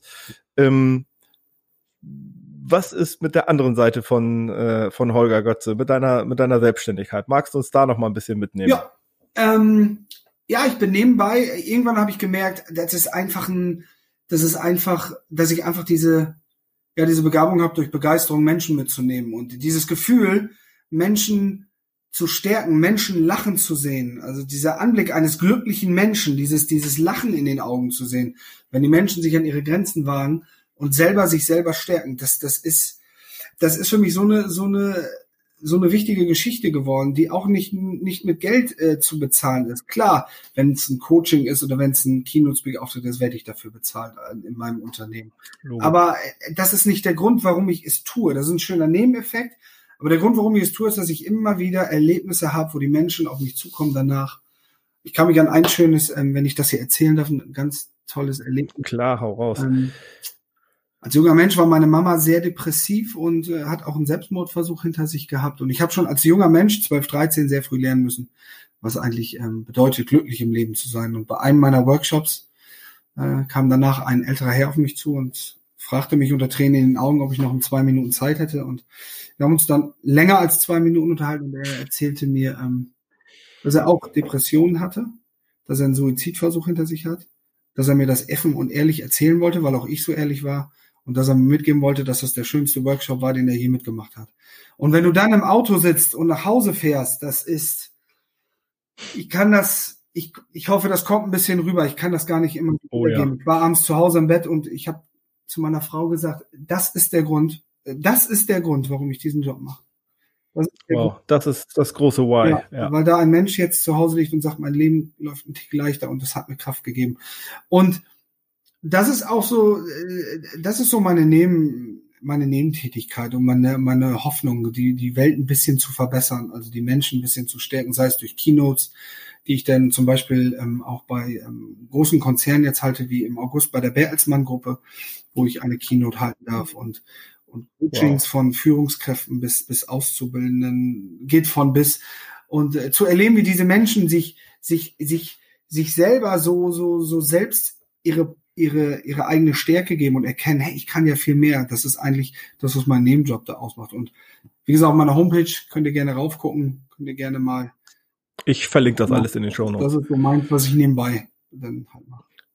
Was ist mit der anderen Seite von Holger Götze, mit deiner Selbstständigkeit? Magst du uns da noch mal ein bisschen mitnehmen? Ja, ich bin nebenbei. Irgendwann habe ich gemerkt, dass ich einfach diese Begabung habe, durch Begeisterung Menschen mitzunehmen und dieses Gefühl, Menschen zu stärken, Menschen lachen zu sehen. Also dieser Anblick eines glücklichen Menschen, dieses Lachen in den Augen zu sehen, wenn die Menschen sich an ihre Grenzen wagen und sich selber stärken, das ist für mich so eine wichtige Geschichte geworden, die auch nicht mit Geld zu bezahlen ist. Klar, wenn es ein Coaching ist oder wenn es ein Keynote-Speaker-Auftritt ist, werde ich dafür bezahlt in meinem Unternehmen. Logisch. Aber das ist nicht der Grund, warum ich es tue. Das ist ein schöner Nebeneffekt. Aber der Grund, warum ich es tue, ist, dass ich immer wieder Erlebnisse habe, wo die Menschen auf mich zukommen danach. Ich kann mich an ein schönes, wenn ich das hier erzählen darf, ein ganz tolles Erlebnis. Klar, hau raus. Als junger Mensch war meine Mama sehr depressiv und hat auch einen Selbstmordversuch hinter sich gehabt. Und ich habe schon als junger Mensch, 12, 13, sehr früh lernen müssen, was eigentlich bedeutet, glücklich im Leben zu sein. Und bei einem meiner Workshops kam danach ein älterer Herr auf mich zu und fragte mich unter Tränen in den Augen, ob ich noch 2 Minuten Zeit hätte. Und wir haben uns dann länger als 2 Minuten unterhalten und er erzählte mir, dass er auch Depressionen hatte, dass er einen Suizidversuch hinter sich hat, dass er mir das offen und ehrlich erzählen wollte, weil auch ich so ehrlich war. Und dass er mir mitgeben wollte, dass das der schönste Workshop war, den er je mitgemacht hat. Und wenn du dann im Auto sitzt und nach Hause fährst, ich hoffe, das kommt ein bisschen rüber. Ich kann das gar nicht immer wiedergeben. Ja. Ich war abends zu Hause im Bett und ich habe zu meiner Frau gesagt, das ist der Grund, warum ich diesen Job mache. Das ist das große Why. Ja. Weil da ein Mensch jetzt zu Hause liegt und sagt, mein Leben läuft ein Tick leichter und das hat mir Kraft gegeben. Und das ist auch so, meine Nebentätigkeit und meine Hoffnung, die Welt ein bisschen zu verbessern, also die Menschen ein bisschen zu stärken, sei es durch Keynotes, die ich dann zum Beispiel auch bei großen Konzernen jetzt halte, wie im August bei der Bertelsmann Gruppe, wo ich eine Keynote halten darf und Coachings von Führungskräften bis Auszubildenden, geht von bis, und zu erleben, wie diese Menschen sich selber so selbst ihre eigene Stärke geben und erkennen, hey, ich kann ja viel mehr. Das ist eigentlich das, was mein Nebenjob da ausmacht. Und wie gesagt, auf meiner Homepage könnt ihr gerne raufgucken, könnt ihr gerne mal. Ich verlinke das alles in den Shownotes. Das ist so meins, was ich nebenbei dann halt mache.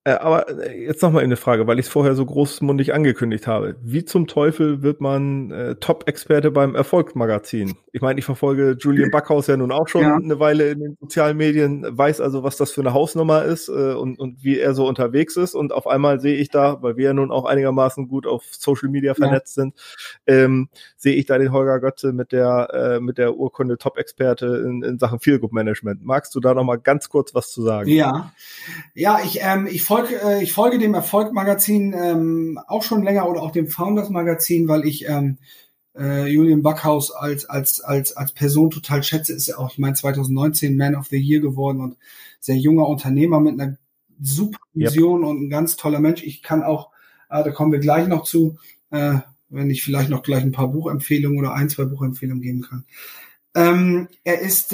Aber jetzt nochmal eine Frage, weil ich es vorher so großmundig angekündigt habe. Wie zum Teufel wird man Top-Experte beim Erfolgsmagazin? Ich meine, ich verfolge Julian Backhaus ja nun auch schon Ja. eine Weile in den sozialen Medien, weiß also, was das für eine Hausnummer ist und wie er so unterwegs ist. Und auf einmal sehe ich da, weil wir ja nun auch einigermaßen gut auf Social Media vernetzt sind, sehe ich da den Holger Götze mit der Urkunde Top-Experte in Sachen Feel-Good-Management. Magst du da nochmal ganz kurz was zu sagen? Ja, ich folge dem Erfolg-Magazin auch schon länger oder auch dem Founders-Magazin, weil ich Julian Backhaus als Person total schätze. Ist ja auch, ich meine, 2019 Man of the Year geworden und sehr junger Unternehmer mit einer super Vision und ein ganz toller Mensch. Ich kann auch, da kommen wir gleich noch zu, wenn ich vielleicht noch gleich ein paar Buchempfehlungen oder 2 Buchempfehlungen geben kann. Er ist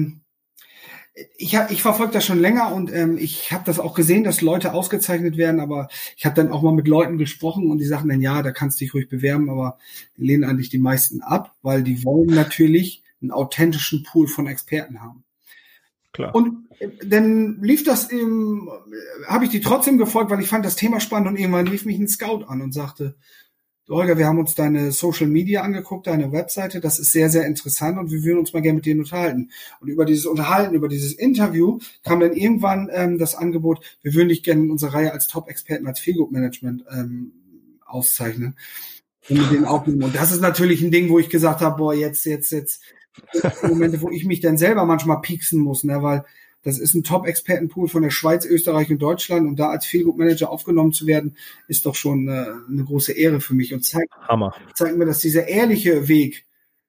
ich verfolge das schon länger und ich habe das auch gesehen, dass Leute ausgezeichnet werden, aber ich habe dann auch mal mit Leuten gesprochen und die sagen dann, ja, da kannst du dich ruhig bewerben, aber die lehnen eigentlich die meisten ab, weil die wollen natürlich einen authentischen Pool von Experten haben. Klar. Und dann lief das habe ich die trotzdem gefolgt, weil ich fand das Thema spannend und irgendwann lief mich ein Scout an und sagte, Holger, wir haben uns deine Social Media angeguckt, deine Webseite, das ist sehr, sehr interessant und wir würden uns mal gerne mit denen unterhalten. Und über dieses Unterhalten, über dieses Interview kam dann irgendwann das Angebot, wir würden dich gerne in unserer Reihe als Top-Experten, als Feel-Good-Management auszeichnen und mit denen aufnehmen. Und das ist natürlich ein Ding, wo ich gesagt habe, boah, jetzt Momente, wo ich mich dann selber manchmal pieksen muss, ne, weil das ist ein Top-Expertenpool von der Schweiz, Österreich und Deutschland und da als Feel-Good-Manager aufgenommen zu werden, ist doch schon eine große Ehre für mich und zeigt mir, dass dieser ehrliche Weg,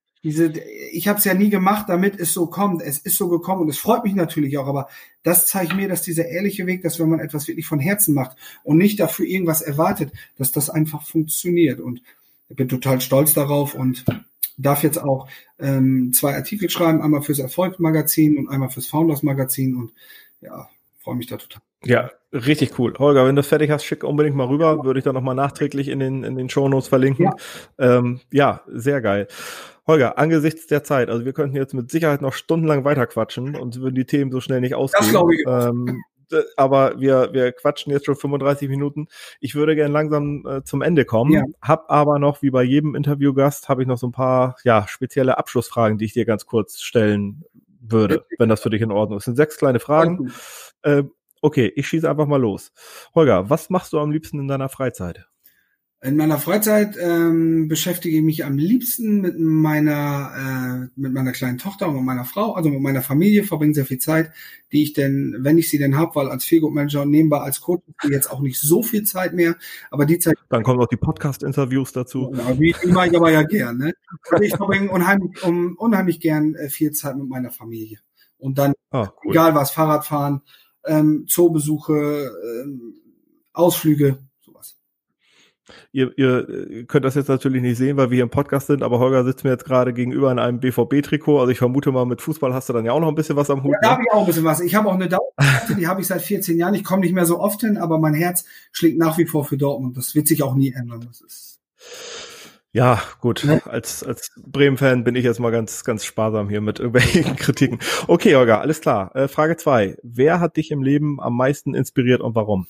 ich habe es ja nie gemacht, damit es so kommt. Es ist so gekommen und es freut mich natürlich auch, aber das zeigt mir, dass dieser ehrliche Weg, dass wenn man etwas wirklich von Herzen macht und nicht dafür irgendwas erwartet, dass das einfach funktioniert und ich bin total stolz darauf und darf jetzt auch 2 Artikel schreiben, einmal fürs Erfolgsmagazin und einmal fürs Founders-Magazin und ja, freue mich da total. Ja, richtig cool. Holger, wenn du das fertig hast, schick unbedingt mal rüber. Würde ich dann nochmal nachträglich in den Shownotes verlinken. Ja, sehr geil. Holger, angesichts der Zeit, also wir könnten jetzt mit Sicherheit noch stundenlang weiterquatschen und würden die Themen so schnell nicht ausgehen. Das glaube ich auch. Aber wir quatschen jetzt schon 35 Minuten. Ich würde gerne langsam zum Ende kommen, hab aber noch, wie bei jedem Interviewgast, habe ich noch so ein paar spezielle Abschlussfragen, die ich dir ganz kurz stellen würde, wenn das für dich in Ordnung ist. Es sind 6 kleine Fragen. Okay, ich schieße einfach mal los. Holger, was machst du am liebsten in deiner Freizeit? In meiner Freizeit beschäftige ich mich am liebsten mit meiner kleinen Tochter und mit meiner Frau, also mit meiner Familie, verbringe sehr viel Zeit, die ich denn, wenn ich sie denn habe, weil als Feel-Good-Manager und nebenbei als Coach jetzt auch nicht so viel Zeit mehr, aber die Zeit... Dann kommen auch die Podcast-Interviews dazu. Ja, die mache ich aber ja gern. Ne? Und ich verbringe unheimlich gern viel Zeit mit meiner Familie. Und dann, cool. Egal was, Fahrradfahren, Zoobesuche, Ausflüge, sowas. Ihr könnt das jetzt natürlich nicht sehen, weil wir hier im Podcast sind, aber Holger sitzt mir jetzt gerade gegenüber in einem BVB-Trikot. Also ich vermute mal, mit Fußball hast du dann ja auch noch ein bisschen was am Hut. Ja, da habe ich auch ein bisschen was. Ich habe auch eine Dauerkarte, die habe ich seit 14 Jahren. Ich komme nicht mehr so oft hin, aber mein Herz schlägt nach wie vor für Dortmund. Das wird sich auch nie ändern. Das ist ja, gut. Ja. Als Bremen-Fan bin ich jetzt mal ganz, ganz sparsam hier mit irgendwelchen Kritiken. Okay, Holger, alles klar. Frage 2. Wer hat dich im Leben am meisten inspiriert und warum?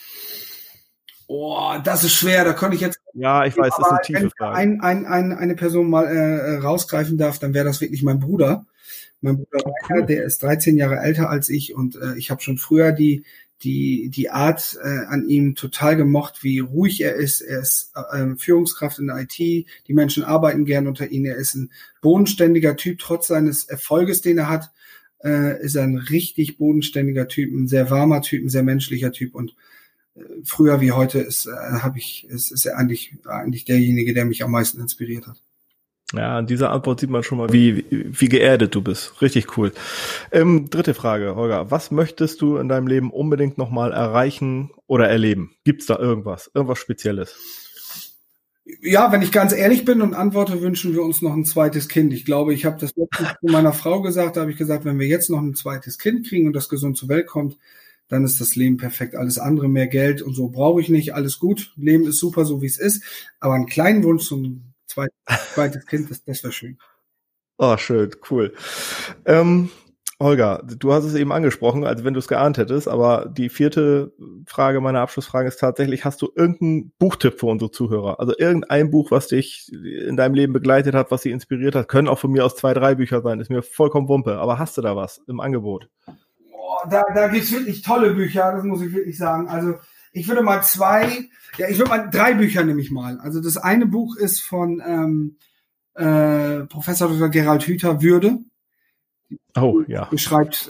Oh, das ist schwer. Da könnte ich jetzt... Ja, ich weiß, das ist eine tiefe Frage. Wenn ich eine Person mal rausgreifen darf, dann wäre das wirklich mein Bruder. Mein Bruder Rainer, der ist 13 Jahre älter als ich und ich habe schon früher die Art an ihm total gemocht, wie ruhig er ist. Er ist Führungskraft in der IT, die Menschen arbeiten gern unter ihm. Er ist ein bodenständiger Typ, trotz seines Erfolges, den er hat, ist er ein richtig bodenständiger Typ, ein sehr warmer Typ, ein sehr menschlicher Typ und früher wie heute ist er eigentlich derjenige, der mich am meisten inspiriert hat. Ja, an dieser Antwort sieht man schon mal, wie geerdet du bist. Richtig cool. 3. Frage, Holger. Was möchtest du in deinem Leben unbedingt nochmal erreichen oder erleben? Gibt's da irgendwas Spezielles? Ja, wenn ich ganz ehrlich bin und antworte, wünschen wir uns noch ein zweites Kind. Ich glaube, ich habe das letztens zu meiner Frau gesagt, da habe ich gesagt, wenn wir jetzt noch ein zweites Kind kriegen und das gesund zur Welt kommt, dann ist das Leben perfekt. Alles andere, mehr Geld und so brauche ich nicht. Alles gut. Leben ist super, so wie es ist. Aber einen kleinen Wunsch zum zweites Kind, das wäre schön. Oh, schön, cool. Holger, du hast es eben angesprochen, als wenn du es geahnt hättest, aber die 4. Frage meiner Abschlussfrage ist tatsächlich, hast du irgendeinen Buchtipp für unsere Zuhörer? Also irgendein Buch, was dich in deinem Leben begleitet hat, was dich inspiriert hat? Können auch von mir aus 2, 3 Bücher sein, ist mir vollkommen Wumpe, aber hast du da was im Angebot? Da gibt's wirklich tolle Bücher, das muss ich wirklich sagen. Also ich würde mal 3 Bücher nehme ich mal. Also das eine Buch ist von Professor Dr. Gerald Hüther, Würde. Oh, ja. Beschreibt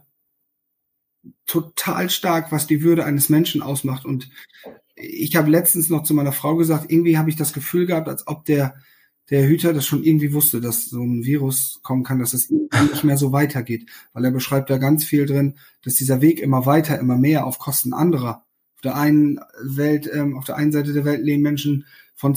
total stark, was die Würde eines Menschen ausmacht. Und ich habe letztens noch zu meiner Frau gesagt, irgendwie habe ich das Gefühl gehabt, als ob der Hüter das schon irgendwie wusste, dass so ein Virus kommen kann, dass es nicht mehr so weitergeht. Weil er beschreibt da ganz viel drin, dass dieser Weg immer weiter, immer mehr auf Kosten anderer. Auf der einen Seite der Welt leben Menschen von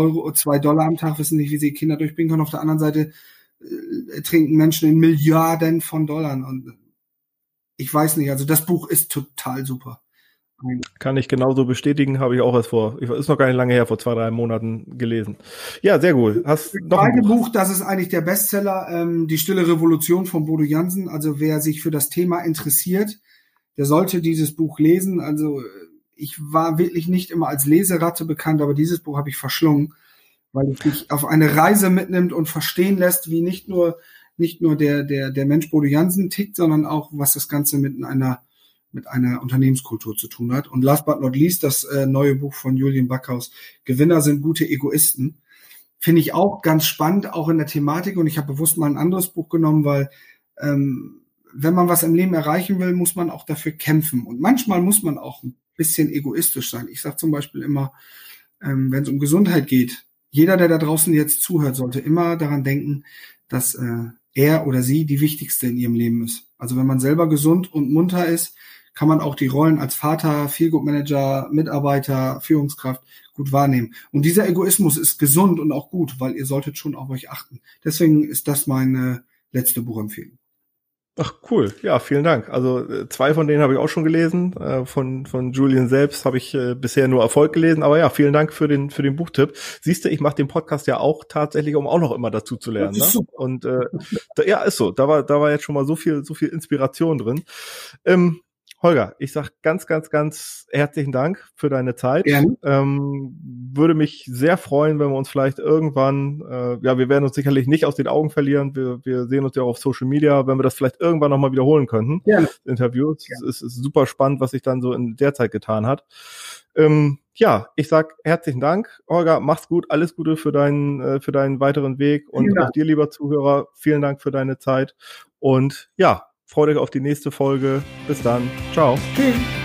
$2 am Tag, wissen nicht, wie sie Kinder durchbringen können. Auf der anderen Seite trinken Menschen in Milliarden von Dollar. Und ich weiß nicht, also das Buch ist total super. Kann ich genauso bestätigen, habe ich auch erst ist noch gar nicht lange her, vor 2, 3 Monaten gelesen. Ja, sehr gut. Hast noch ein Buch, das ist eigentlich der Bestseller, Die Stille Revolution von Bodo Jansen. Also wer sich für das Thema interessiert, der sollte dieses Buch lesen. Also ich war wirklich nicht immer als Leseratte bekannt, aber dieses Buch habe ich verschlungen, weil es dich auf eine Reise mitnimmt und verstehen lässt, wie nicht nur der Mensch Bodo Jansen tickt, sondern auch, was das Ganze mit einer Unternehmenskultur zu tun hat. Und last but not least, das neue Buch von Julian Backhaus, Gewinner sind gute Egoisten. Finde ich auch ganz spannend, auch in der Thematik. Und ich habe bewusst mal ein anderes Buch genommen, weil wenn man was im Leben erreichen will, muss man auch dafür kämpfen. Und manchmal muss man auch ein bisschen egoistisch sein. Ich sage zum Beispiel immer, wenn es um Gesundheit geht, jeder, der da draußen jetzt zuhört, sollte immer daran denken, dass er oder sie die wichtigste in ihrem Leben ist. Also wenn man selber gesund und munter ist, kann man auch die Rollen als Vater, Feelgood-Manager, Mitarbeiter, Führungskraft gut wahrnehmen. Und dieser Egoismus ist gesund und auch gut, weil ihr solltet schon auf euch achten. Deswegen ist das meine letzte Buchempfehlung. Ach, cool. Ja, vielen Dank. Also 2 von denen habe ich auch schon gelesen. Von Julian selbst habe ich bisher nur Erfolg gelesen. Aber ja, vielen Dank für den Buchtipp. Siehst du, ich mache den Podcast ja auch tatsächlich, um auch noch immer dazu zu lernen. Ne? Und ja, ist so. Da war jetzt schon mal so viel Inspiration drin. Holger, ich sag ganz, ganz, ganz herzlichen Dank für deine Zeit. Würde mich sehr freuen, wenn wir uns vielleicht irgendwann, wir werden uns sicherlich nicht aus den Augen verlieren. Wir sehen uns ja auch auf Social Media, wenn wir das vielleicht irgendwann nochmal wiederholen könnten. Gerne. Interview. Es ist super spannend, was sich dann so in der Zeit getan hat. Ich sag herzlichen Dank, Holger, mach's gut, alles Gute für deinen weiteren Weg und auch dir, lieber Zuhörer, vielen Dank für deine Zeit und ja, freut euch auf die nächste Folge. Bis dann. Ciao. Tschüss.